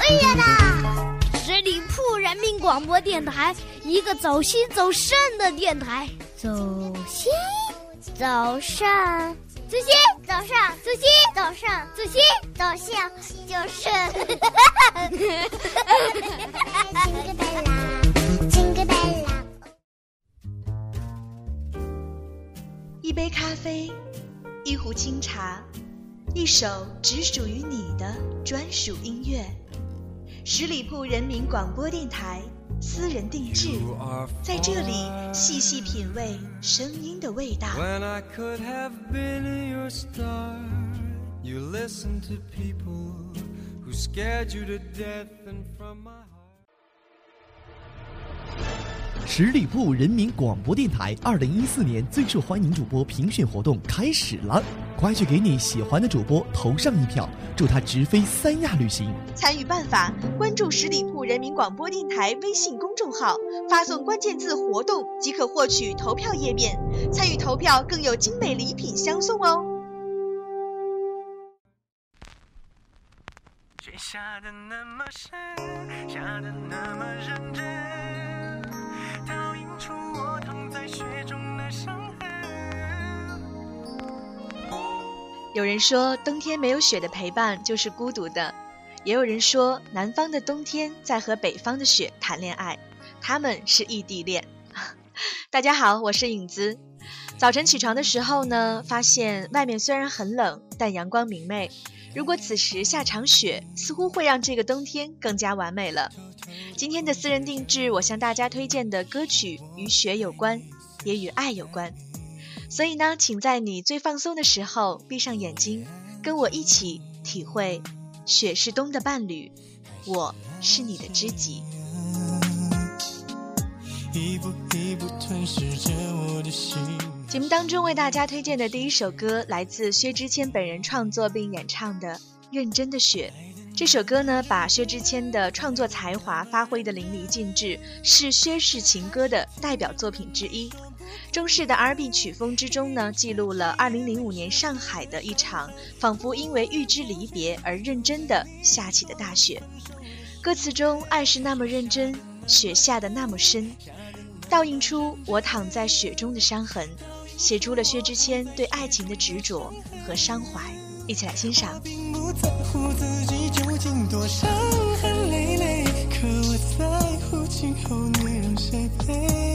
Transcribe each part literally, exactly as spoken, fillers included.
哎呀啦！ 十里铺人民广播电台，一个走心走肾的电台。 走心，走肾，走心，走上，走心，走上，走心，走向，就是Jingle bella, Jingle bella。 一杯咖啡，一壶清茶，一首只属于你的专属音乐。十里铺人民广播电台，私人定制，在这里细细品味声音的味道。 When I could have been your star, you listened to people who scared you to death, and from my heart。 十里铺人民广播电台二零一四年最受欢迎主播评选活动开始了，快去给你喜欢的主播投上一票，祝他直飞三亚旅行。 参与办法：关注十里铺人民广播电台微信公众号，发送关键字活动即可获取投票页面，参与投票更有精美礼品相送哦。 雪下得那么深，下得那么认真，倒映出我躺在雪中的伤痕。 有人说冬天没有雪的陪伴就是孤独的，也有人说南方的冬天在和北方的雪谈恋爱，他们是异地恋。大家好，我是影子。早晨起床的时候呢，发现外面虽然很冷，但阳光明媚。如果此时下场雪，似乎会让这个冬天更加完美了。今天的私人定制，我向大家推荐的歌曲与雪有关，也与爱有关。所以呢，请在你最放松的时候闭上眼睛，跟我一起体会雪是冬的伴侣，我是你的知己。 一步一步吞噬着我的心。 节目当中为大家推荐的第一首歌来自薛之谦本人创作并演唱的《认真的雪》。这首歌呢，把薛之谦的创作才华发挥得淋漓尽致，是薛氏情歌的代表作品之一。中式的 R and B 曲风之中呢，记录了二零零五年上海的一场仿佛因为预知离别而认真的下起的大雪。歌词中爱是那么认真，雪下得那么深，倒映出我躺在雪中的伤痕，写出了薛之谦对爱情的执着和伤怀。一起来欣赏。 并不在乎自己究竟多伤痕累累，可我在乎今后你让谁陪。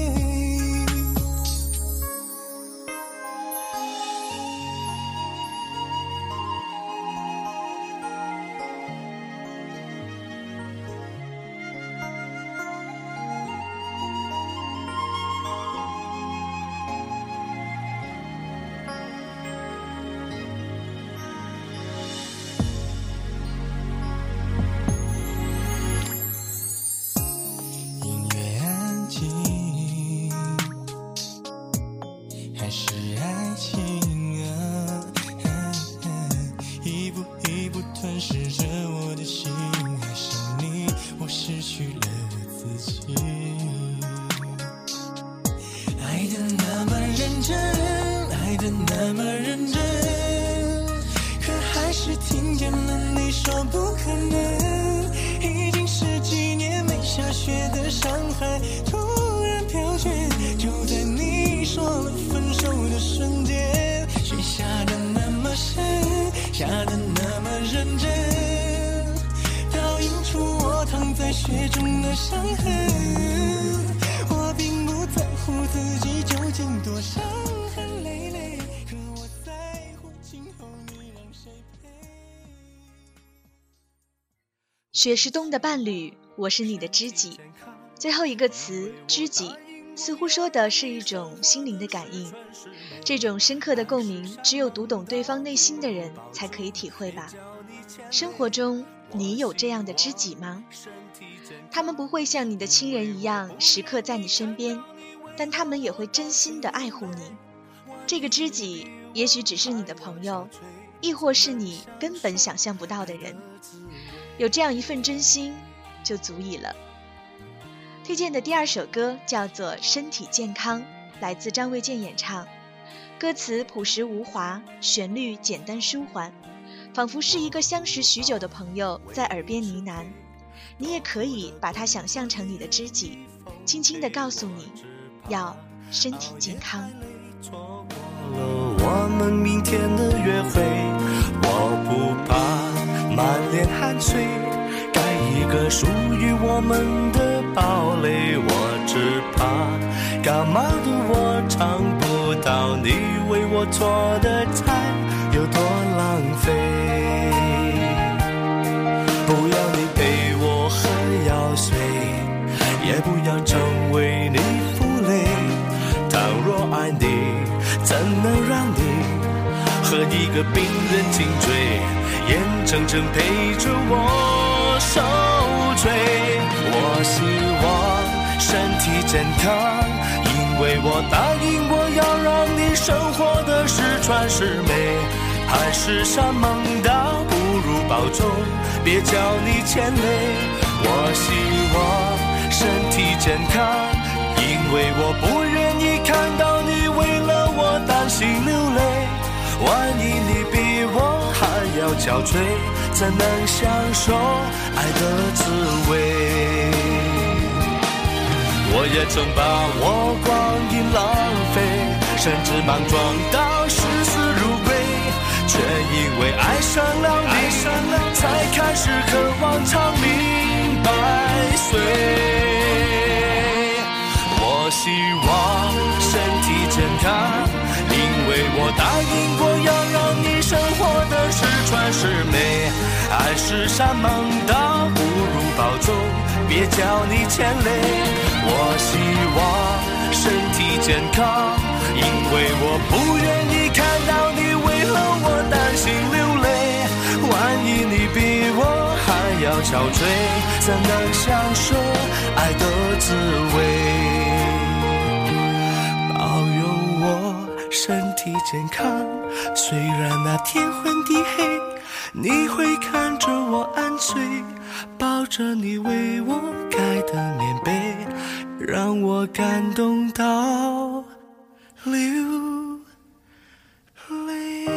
下得那么认真，倒映出我躺在雪中的伤痕。我并不在乎自己究竟多伤痕累累，可我在乎今后你让谁陪。 雪是冬的伴侣，我是你的知己。最后一个词知己，似乎说的是一种心灵的感应，这种深刻的共鸣，只有读懂对方内心的人才可以体会吧。生活中，你有这样的知己吗？他们不会像你的亲人一样时刻在你身边，但他们也会真心的爱护你。这个知己，也许只是你的朋友，亦或是你根本想象不到的人。有这样一份真心，就足以了。推荐的第二首歌叫做《身体健康》，来自张卫健演唱。歌词朴实无华，旋律简单舒缓，仿佛是一个相识许久的朋友在耳边呢喃。 你也可以把它想象成你的知己，轻轻地告诉你要身体健康。 错过了我们明天的约会，我不怕满脸汗水，盖一个属于我们的堡垒，我只怕感冒的我尝不到你为我做的菜有多浪费。不要你陪我喝药水，也不要成为你负累，倘若爱你怎能让你和一个病人颈椎，眼睁睁陪着我受罪。我希望身体健康，因为我答应我要让你生活的十全十美，海誓山盟倒不如保重，别叫你牵累。我希望身体健康，因为我不愿意看到你为了我担心流泪，万一你比我还要憔悴，怎能享受爱的滋味。我也曾把我光阴浪费，甚至莽撞到视死如归，却因为爱上了你，才开始渴望长命百岁。我希望身体健康，因为我答应过要让你生活的十全十美，爱是山盟倒不如保重，别叫你牵累。我希望身体健康，因为我不愿意看到你为了我担心流泪，万一你比我还要憔悴，怎能享受爱的滋味。保佑我身体健康，虽然那天昏地黑，你会看着我安睡，抱着你为我盖的棉被，让我感动到流泪。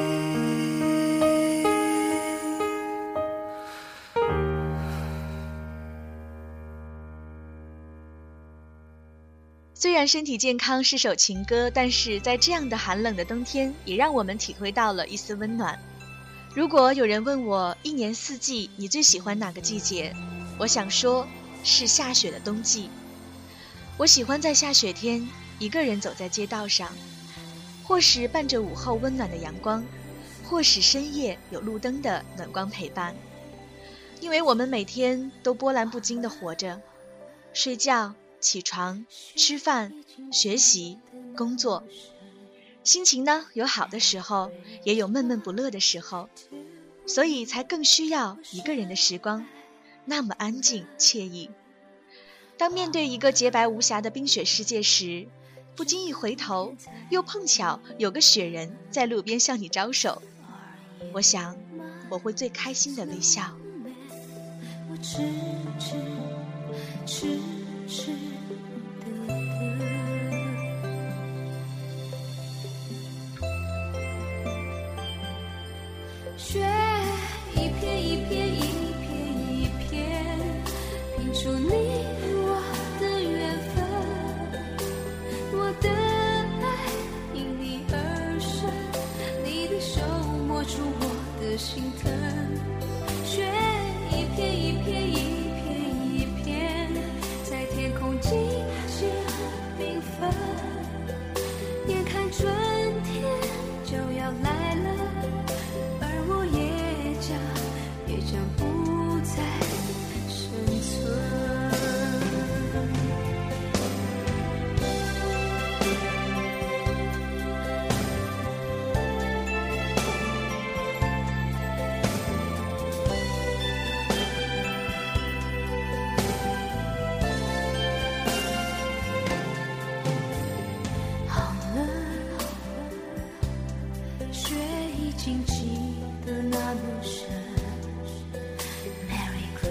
虽然身体健康是首情歌，但是在这样的寒冷的冬天，也让我们体会到了一丝温暖。如果有人问我一年四季你最喜欢哪个季节，我想说是下雪的冬季。我喜欢在下雪天一个人走在街道上，或是伴着午后温暖的阳光，或是深夜有路灯的暖光陪伴。因为我们每天都波澜不惊地活着，睡觉、起床、吃饭、学习、工作，心情呢有好的时候，也有闷闷不乐的时候，所以才更需要一个人的时光，那么安静惬意。当面对一个洁白无瑕的冰雪世界时，不经意回头，又碰巧有个雪人在路边向你招手，我想我会最开心的微笑。 我痴痴痴痴的雪一片一片一片一片，拼出你我的缘分，我的爱因你而生，你的手摸出我的心疼，雪一片一片一片一片，在天空尽显缤纷，眼看春天就要来了，而我也将也将不再生存。好了，雪已经积得那么深， Merry Christmas。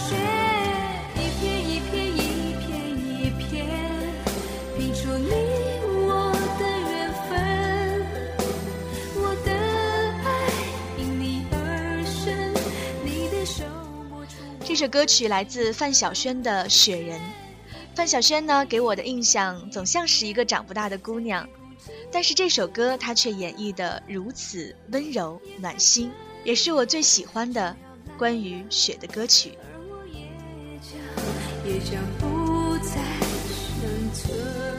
雪一片一片一片一片，拼出你我的缘分。我的爱因你而生，你的手摸出。 这首歌曲来自范晓萱的《雪人》。范晓萱呢，给我的印象总像是一个长不大的姑娘，但是这首歌她却演绎得如此温柔暖心，也是我最喜欢的关于雪的歌曲。 而我也将也将不再生存。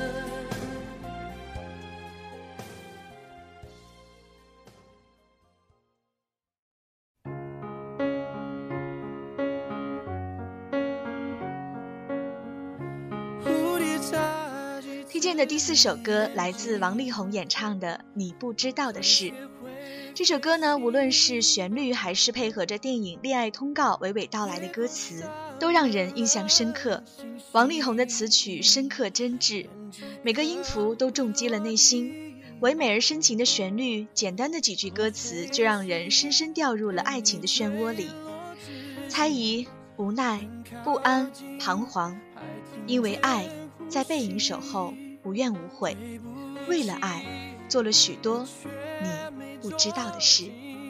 推荐的第四首歌来自王力宏演唱的《你不知道的事》。这首歌呢，无论是旋律还是配合着电影《恋爱通告》娓娓道来的歌词，都让人印象深刻。王力宏的词曲深刻真挚，每个音符都重击了内心。唯美而深情的旋律，简单的几句歌词，就让人深深掉入了爱情的漩涡里。猜疑、无奈、不安、彷徨，因为爱，在背影守候，无怨无悔，为了爱，做了许多你不知道的事。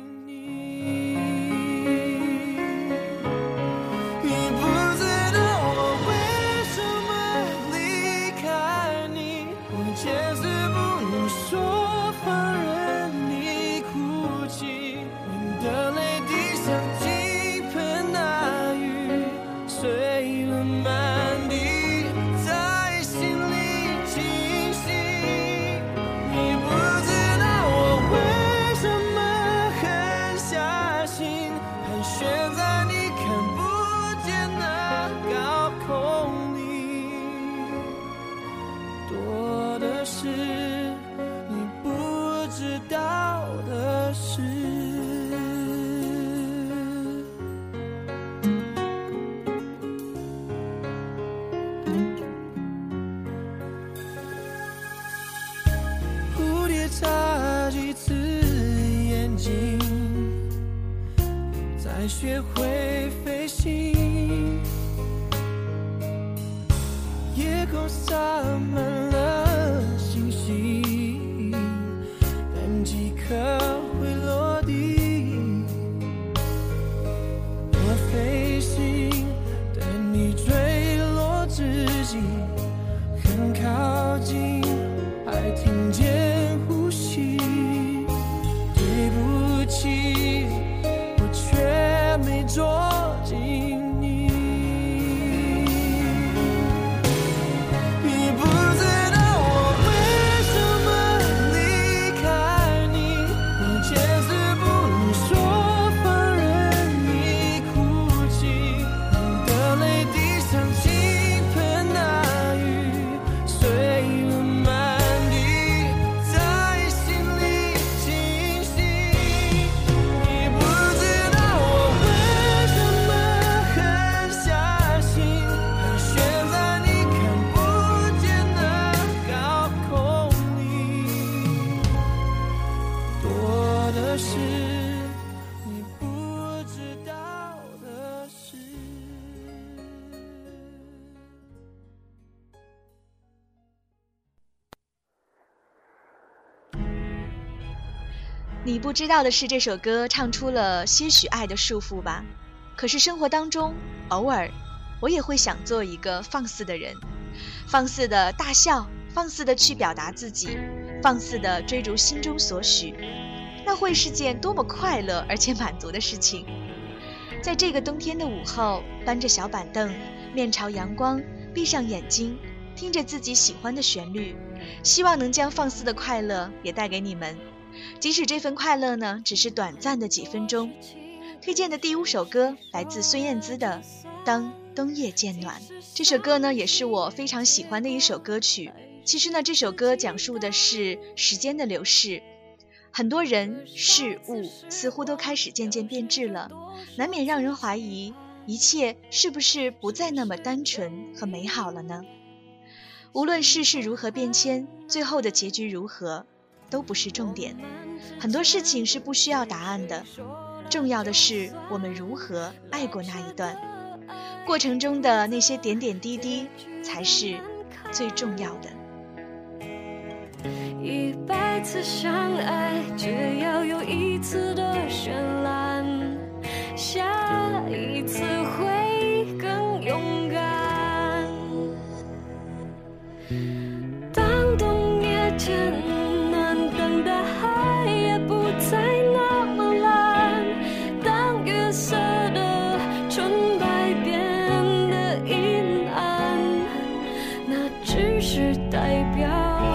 学会飞行，夜空洒满了星星，但几颗会落地。我飞行，等你坠落之际，很靠近，还听见呼吸。对不起，没捉紧你，你不知道我为什么离开你，我千丝不能说，放任你哭泣，你的泪滴像倾盆大雨，碎了满地，在心里清晰。你不知道你不知道的是，这首歌唱出了些许爱的束缚吧。可是生活当中，偶尔我也会想做一个放肆的人，放肆的大笑，放肆的去表达自己，放肆的追逐心中所许，那会是件多么快乐而且满足的事情。在这个冬天的午后，搬着小板凳，面朝阳光，闭上眼睛，听着自己喜欢的旋律，希望能将放肆的快乐也带给你们。即使这份快乐呢，只是短暂的几分钟。推荐的第五首歌来自孙燕姿的《当冬夜渐暖》。这首歌呢，也是我非常喜欢的一首歌曲。其实呢，这首歌讲述的是时间的流逝，很多人事物似乎都开始渐渐变质了，难免让人怀疑一切是不是不再那么单纯和美好了呢？无论世事如何变迁，最后的结局如何都不是重点，很多事情是不需要答案的，重要的是我们如何爱过那一段。 过程中的那些点点滴滴才是最重要的。 一百次相爱，只要有一次的绚烂，下一次会更勇敢。当冬夜渐暖，当大海也不再那么蓝，当月色的纯白变得阴暗，那只是代表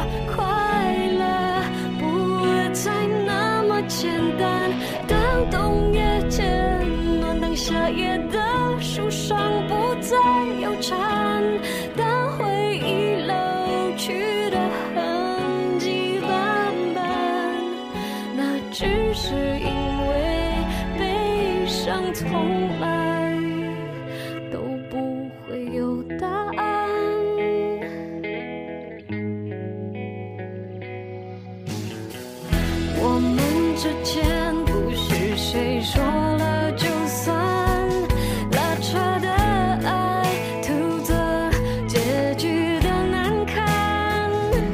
简单。当冬夜渐暖，当夏夜的树上不再有蝉，当回忆老去的痕迹斑斑，那只是因为悲伤从来都不会有答案。我们之间不是谁说了就算，拉扯的爱，徒增结局的难堪。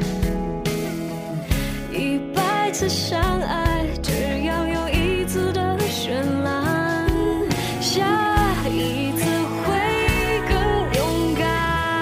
一百次相爱，只要有一次的绚烂，下一次会更勇敢。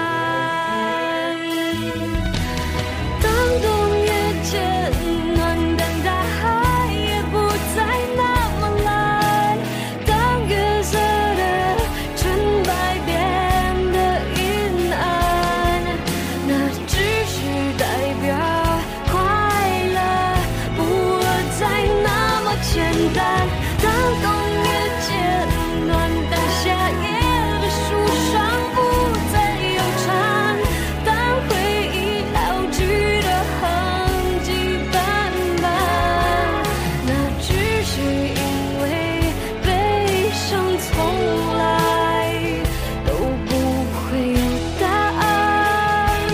当冬夜渐暖，当大海也不再那么蓝，当月色的纯白变得阴暗，那只是代表快乐不再那么简单。当冬夜渐暖，当夏夜的树上不再有蝉，当回忆老去的痕迹斑斑，那只是因为悲伤从来都不会有答案。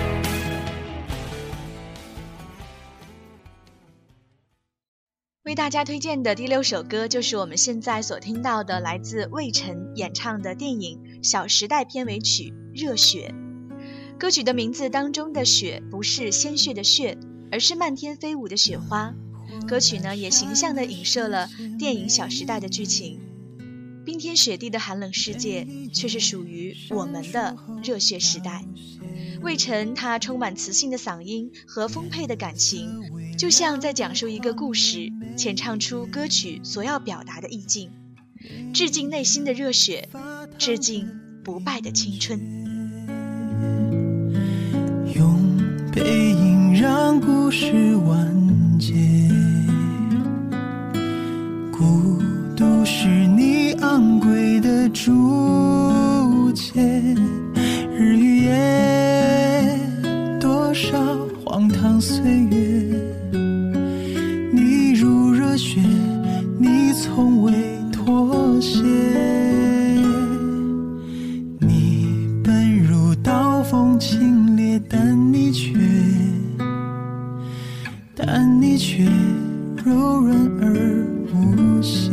为大家推荐的第六首歌就是我们现在所听到的，来自魏晨演唱的电影《小时代》片尾曲《热血》。歌曲的名字当中的雪不是鲜血的血，而是漫天飞舞的雪花。歌曲呢也形象地影射了电影《小时代》的剧情。冰天雪地的寒冷世界，却是属于我们的热血时代。魏晨他充满磁性的嗓音和丰沛的感情，就像在讲述一个故事，浅唱出歌曲所要表达的意境。致敬内心的热血，致敬不败的青春。 用背影让故事完结，孤独是你昂贵的竹节，日与夜，多少荒唐岁月，你如热血，你从未妥协，你本如刀锋清冽，但你却但你却柔软而无邪。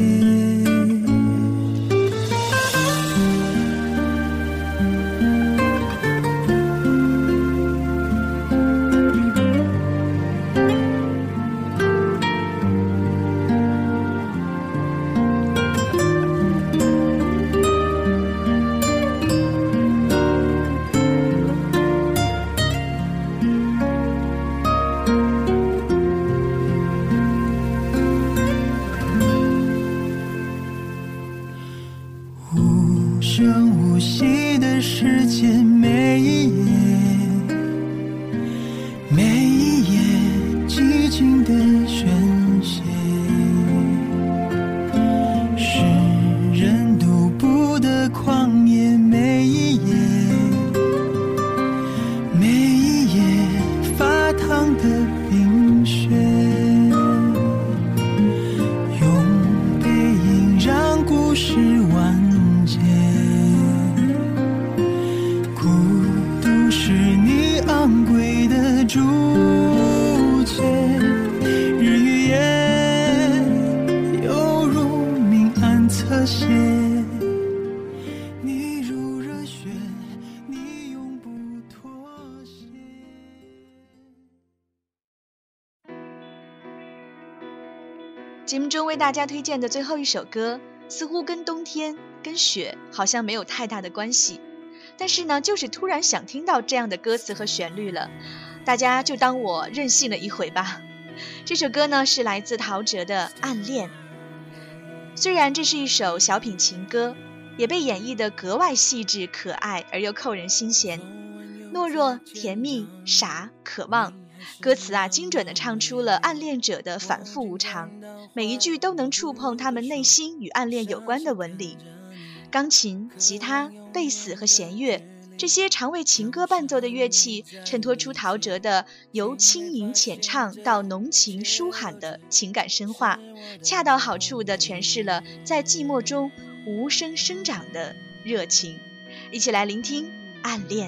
节目中为大家推荐的最后一首歌，似乎跟冬天、跟雪好像没有太大的关系，但是呢，就是突然想听到这样的歌词和旋律了，大家就当我任性了一回吧。这首歌呢是来自陶喆的《暗恋》，虽然这是一首小品情歌，也被演绎得格外细致可爱而又扣人心弦，懦弱、甜蜜、傻、渴望，歌词啊精准地唱出了暗恋者的反复无常，每一句都能触碰他们内心与暗恋有关的纹理。钢琴、吉他、贝斯和弦乐，这些常为情歌伴奏的乐器，衬托出陶喆的由轻吟浅唱到浓情舒缓的情感深化，恰到好处地诠释了在寂寞中无声生长的热情。一起来聆听《暗恋》。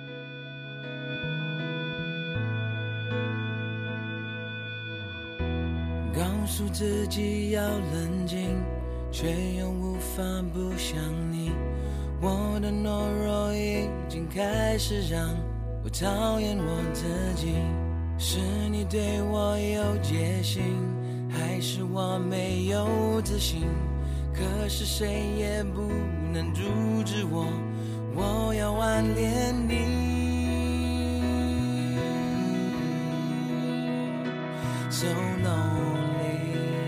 告诉自己要冷静，却又无法不想你，我的懦弱已经开始让我讨厌我自己，是你对我有戒心，还是我没有自信？可是谁也不能阻止我，我要暗恋你。So lonely,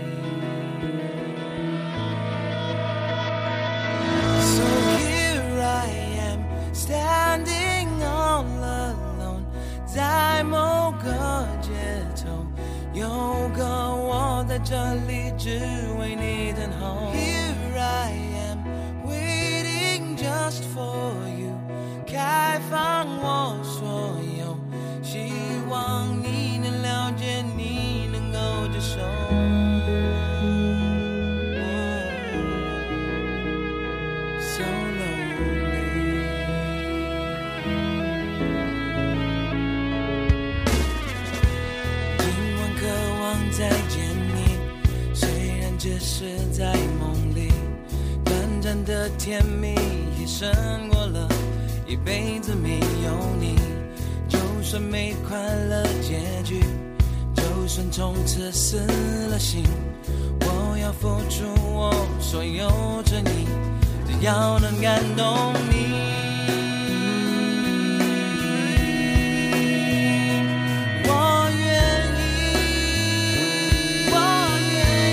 so here I am standing all alone， 在某个街头，有个我在这里只为你等候。Here I am waiting just for you， 开放我所有，希望你能了解，你能够接受。So lonely， 今晚渴望再见你，虽然只是在梦里，短暂的甜蜜也胜过了一辈子没有你。就算没快乐结局，就算从此死了心，我要付出我所有着你，只要能感动你。我愿意，我愿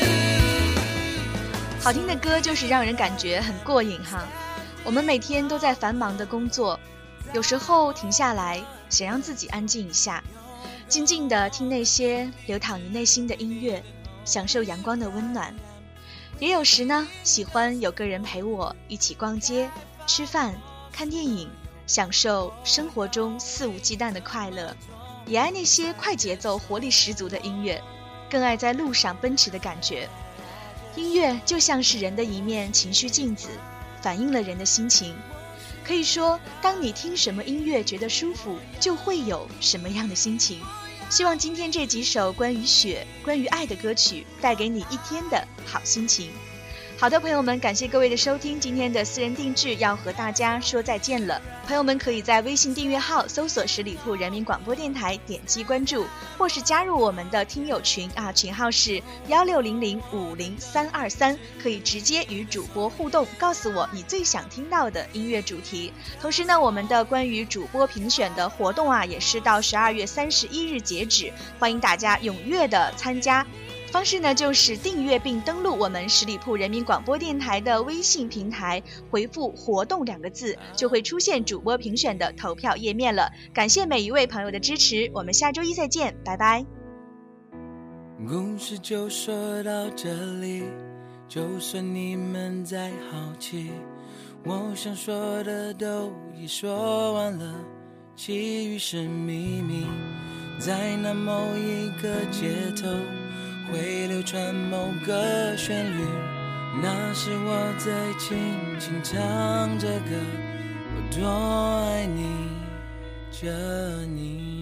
意。 好听的歌就是让人感觉很过瘾哈。我们每天都在繁忙的工作，有时候停下来想让自己安静一下，静静地听那些流淌于内心的音乐，享受阳光的温暖。也有时呢，喜欢有个人陪我一起逛街、吃饭、看电影，享受生活中肆无忌惮的快乐。也爱那些快节奏、活力十足的音乐，更爱在路上奔驰的感觉。音乐就像是人的一面情绪镜子，反映了人的心情。可以说，当你听什么音乐觉得舒服，就会有什么样的心情。希望今天这几首关于雪、关于爱的歌曲带给你一天的好心情。好的，朋友们，感谢各位的收听，今天的私人定制要和大家说再见了。朋友们可以在微信订阅号搜索十里铺人民广播电台，点击关注，或是加入我们的听友群啊，群号是幺六零零五零三二三，可以直接与主播互动，告诉我你最想听到的音乐主题。同时呢，我们的关于主播评选的活动啊，也是到十二月三十一日截止，欢迎大家踊跃的参加。方式呢，就是订阅并登录我们十里铺人民广播电台的微信平台，回复活动两个字，就会出现主播评选的投票页面了。感谢每一位朋友的支持，我们下周一再见，拜拜。 故事就说到这里，就算你们再好奇，我想说的都已说完了，其余是秘密。在那某一个街头会流传某个旋律，那是我在轻轻唱着歌，我多爱你着你。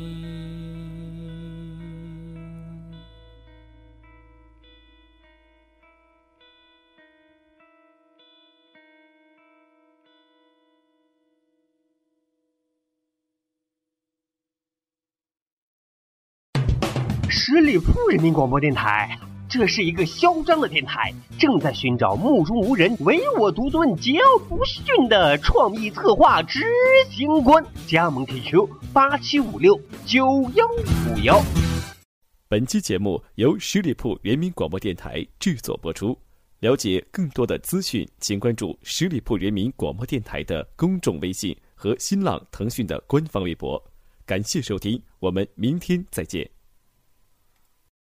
十里铺人民广播电台这是一个嚣张的电台，正在寻找目中无人、唯我独尊、桀骜不驯的创意策划执行官。加盟 Q Q 八七五六九幺五幺。 本期节目由十里铺人民广播电台制作播出。了解更多的资讯，请关注十里铺人民广播电台的公众微信和新浪、腾讯的官方微博。感谢收听，我们明天再见。